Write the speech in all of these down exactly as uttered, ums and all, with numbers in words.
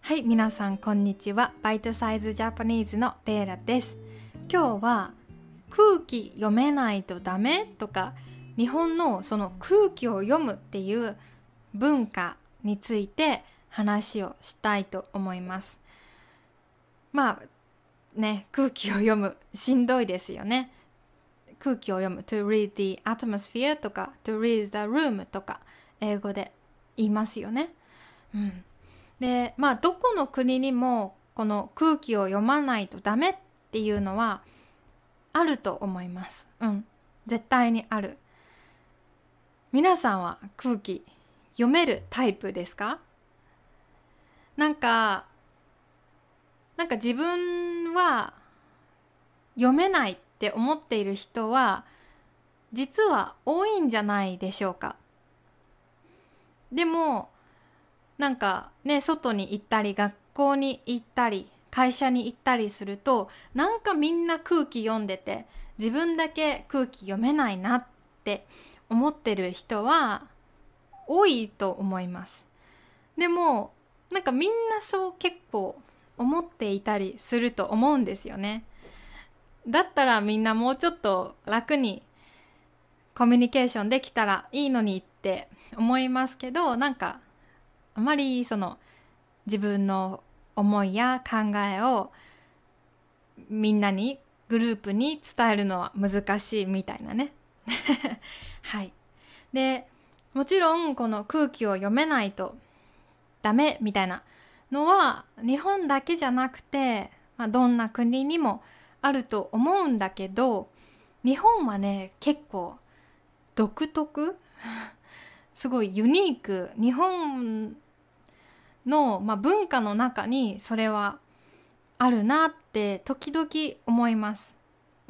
はい、皆さんこんにちは。バイトサイズジャパニーズのレイラです。今日は空気読めないとダメとか、日本のその空気を読むっていう文化について話をしたいと思います。まあね、空気を読むしんどいですよね。空気を読む to read the atmosphere とか to read the room とか英語で言いますよね。うん。で、まあどこの国にもこの空気を読まないとダメっていうのはあると思います。うん。絶対にある。皆さんは空気読めるタイプですか？なんか、なんか自分は読めないって思っている人は実は多いんじゃないでしょうか。でもなんかね、外に行ったり学校に行ったり会社に行ったりすると、なんかみんな空気読んでて自分だけ空気読めないなって思ってる人は多いと思います。でもなんかみんなそう結構思っていたりすると思うんですよね。だったらみんなもうちょっと楽にコミュニケーションできたらいいのにって思いますけど、なんかあまりその自分の思いや考えをみんなにグループに伝えるのは難しいみたいなね。はい。で、もちろんこの空気を読めないとダメみたいなのは日本だけじゃなくて、まあ、どんな国にもあると思うんだけど、日本はね結構独特すごいユニーク。日本の、まあ、文化の中にそれはあるなって時々思います。うん。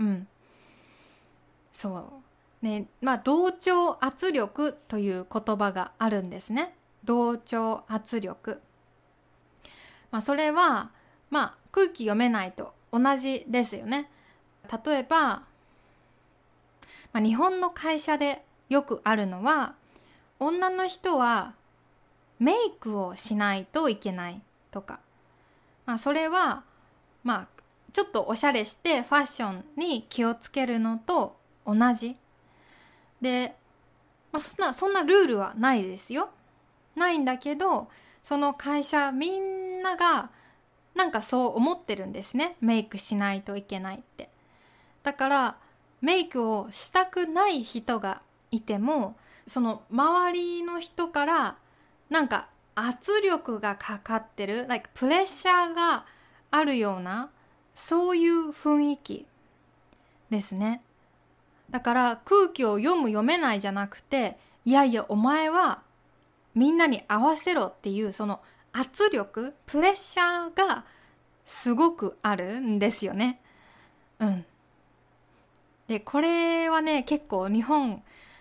そうね、まあ同調圧力という言葉があるんですね。同調圧力。まあそれはまあ空気読めないと同じですよね。例えば、まあ、日本の会社でよくあるのは、女の人はメイクをしないといけないとか、まあ、それはまあちょっとおしゃれしてファッションに気をつけるのと同じで、まあ、そんなそんなルールはないですよ。ないんだけど、その会社みんながなんかそう思ってるんですね。メイクしないといけないって。だからメイクをしたくない人がいても、その周りの人からなんか圧力がかかってる、like プレッシャーがあるような、そういう雰囲気ですね。だから空気を読む読めないじゃなくて、いやいやお前はみんなに合わせろっていうその圧力、プレッシャーがすごくあるんですよね。うん。で、これはね結構日本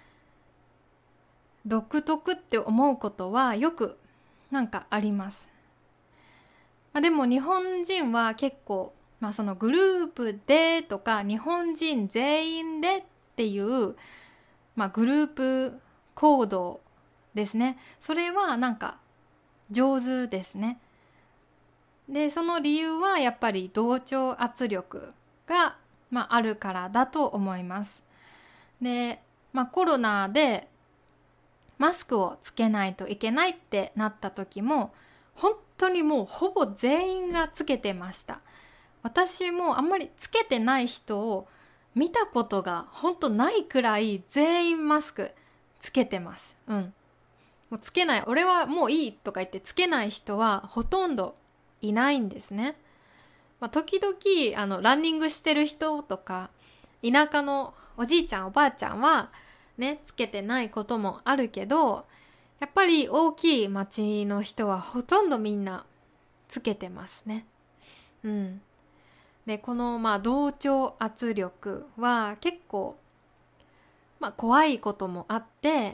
独特って思うことはよくなんかあります。まあ、でも日本人は結構、まあ、そのグループでとか日本人全員でっていう、まあ、グループ行動ですね。それはなんか上手ですね。で、その理由はやっぱり同調圧力が、まあ、あるからだと思います。で、まあ、コロナでマスクをつけないといけないってなった時も本当にもうほぼ全員がつけてました。私もあんまりつけてない人を見たことが本当ないくらい全員マスクつけてます。うん。もうつけない、俺はもういいとか言ってつけない人はほとんどいないんですね。まあ、時々あのランニングしてる人とか田舎のおじいちゃんおばあちゃんはね、つけてないこともあるけど、やっぱり大きい町の人はほとんどみんなつけてますね。うん。で、このまあ同調圧力は結構まあ怖いこともあって、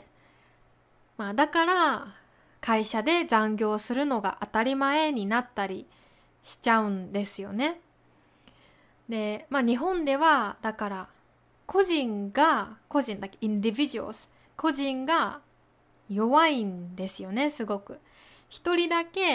まあだから会社で残業するのが当たり前になったりしちゃうんですよね。で、まあ日本ではだから個人が個人だけ individuals 個人が弱いんですよね。すごく一人だけ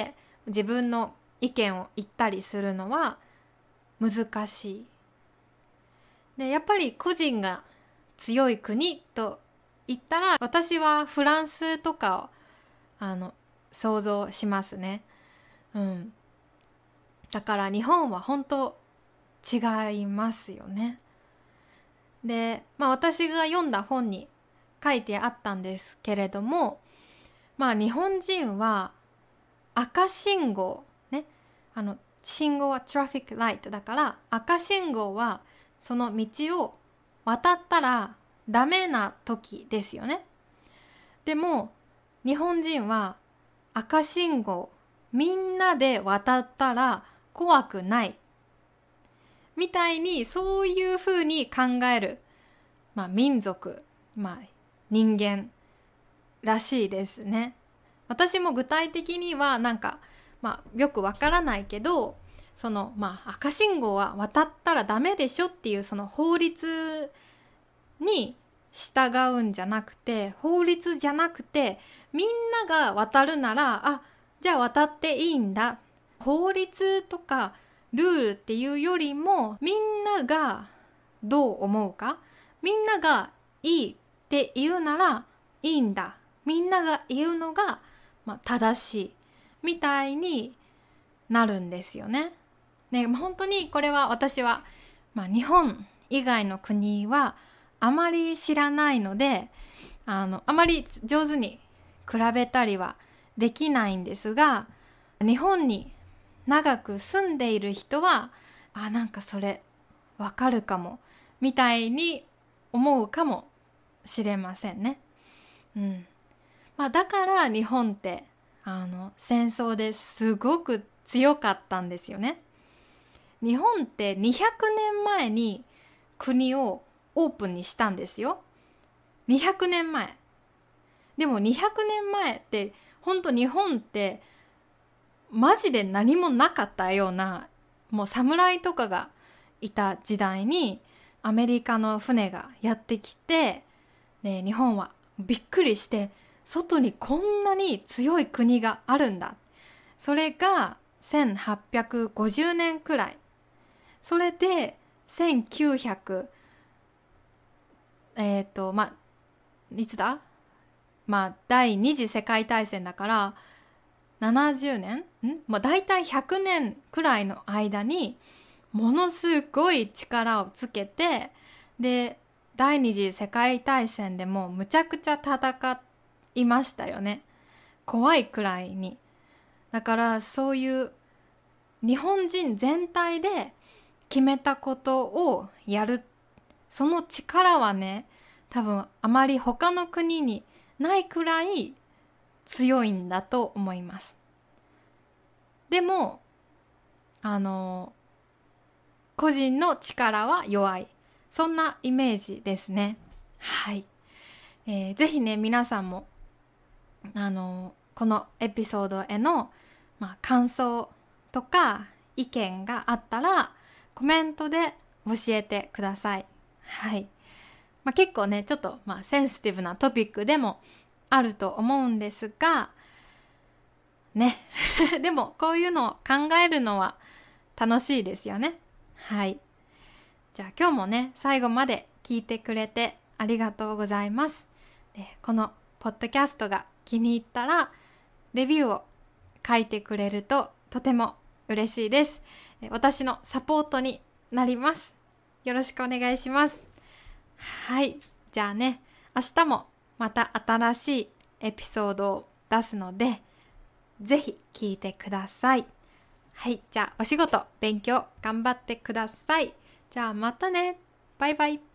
自分の意見を言ったりするのは難しい。で、やっぱり個人が強い国と言ったら、私はフランスとかをあの想像しますね。うん。だから日本は本当違いますよね。で、まあ私が読んだ本に書いてあったんですけれども、まあ日本人は赤信号ね、あの信号はトラフィックライトだから、赤信号はその道を渡ったらダメな時ですよね。でも日本人は赤信号みんなで渡ったら怖くないみたいに、そういうふうに考える、まあ、民族、まあ、人間らしいですね。私も具体的にはなんか、まあ、よくわからないけど、その、まあ、赤信号は渡ったらダメでしょっていうその法律に従うんじゃなくて、法律じゃなくてみんなが渡るなら、あ、じゃあ渡っていいんだ。法律とかルールっていうよりも、みんながどう思うか、みんながいいって言うならいいんだ、みんなが言うのが、まあ、正しいみたいになるんですよね。ね、本当にこれは私は、まあ、日本以外の国はあまり知らないので、あのあまり上手に比べたりはできないんですが、日本に長く住んでいる人は、あ、なんかそれわかるかもみたいに思うかもしれませんね。うん。まあ、だから日本ってあの戦争ですごく強かったんですよね。日本ってにひゃくねんまえに国をオープンにしたんですよ。にひゃくねんまえ。でもにひゃくねんまえって本当日本ってマジで何もなかったような、もう侍とかがいた時代にアメリカの船がやってきて、で日本はびっくりして、外にこんなに強い国があるんだ。それがせんはっぴゃくごじゅうねんくらい。それでせんきゅうひゃくえっとまあいつだまあ第二次世界大戦だからななじゅうねんん、まあ、大体ひゃくねんくらいの間にものすごい力をつけて、で第二次世界大戦でもむちゃくちゃ戦いましたよね。怖いくらいに。だからそういう日本人全体で決めたことをやる、その力はね、多分あまり他の国にないくらい強いんだと思います。でもあの個人の力は弱い、そんなイメージですね。はい、えー、ぜひね皆さんもあのこのエピソードへの、まあ、感想とか意見があったらコメントで教えてください。はい、まあ、結構ねちょっと、まあ、センシティブなトピックでもあると思うんですがねでもこういうのを考えるのは楽しいですよね。はい、じゃあ今日もね最後まで聞いてくれてありがとうございます。でこのポッドキャストが気に入ったらレビューを書いてくれるととても嬉しいです。私のサポートになります。よろしくお願いします。はい、じゃあね明日もまた新しいエピソードを出すのでぜひ聞いてください。はい、じゃあお仕事勉強頑張ってください。じゃあまたね。バイバイ。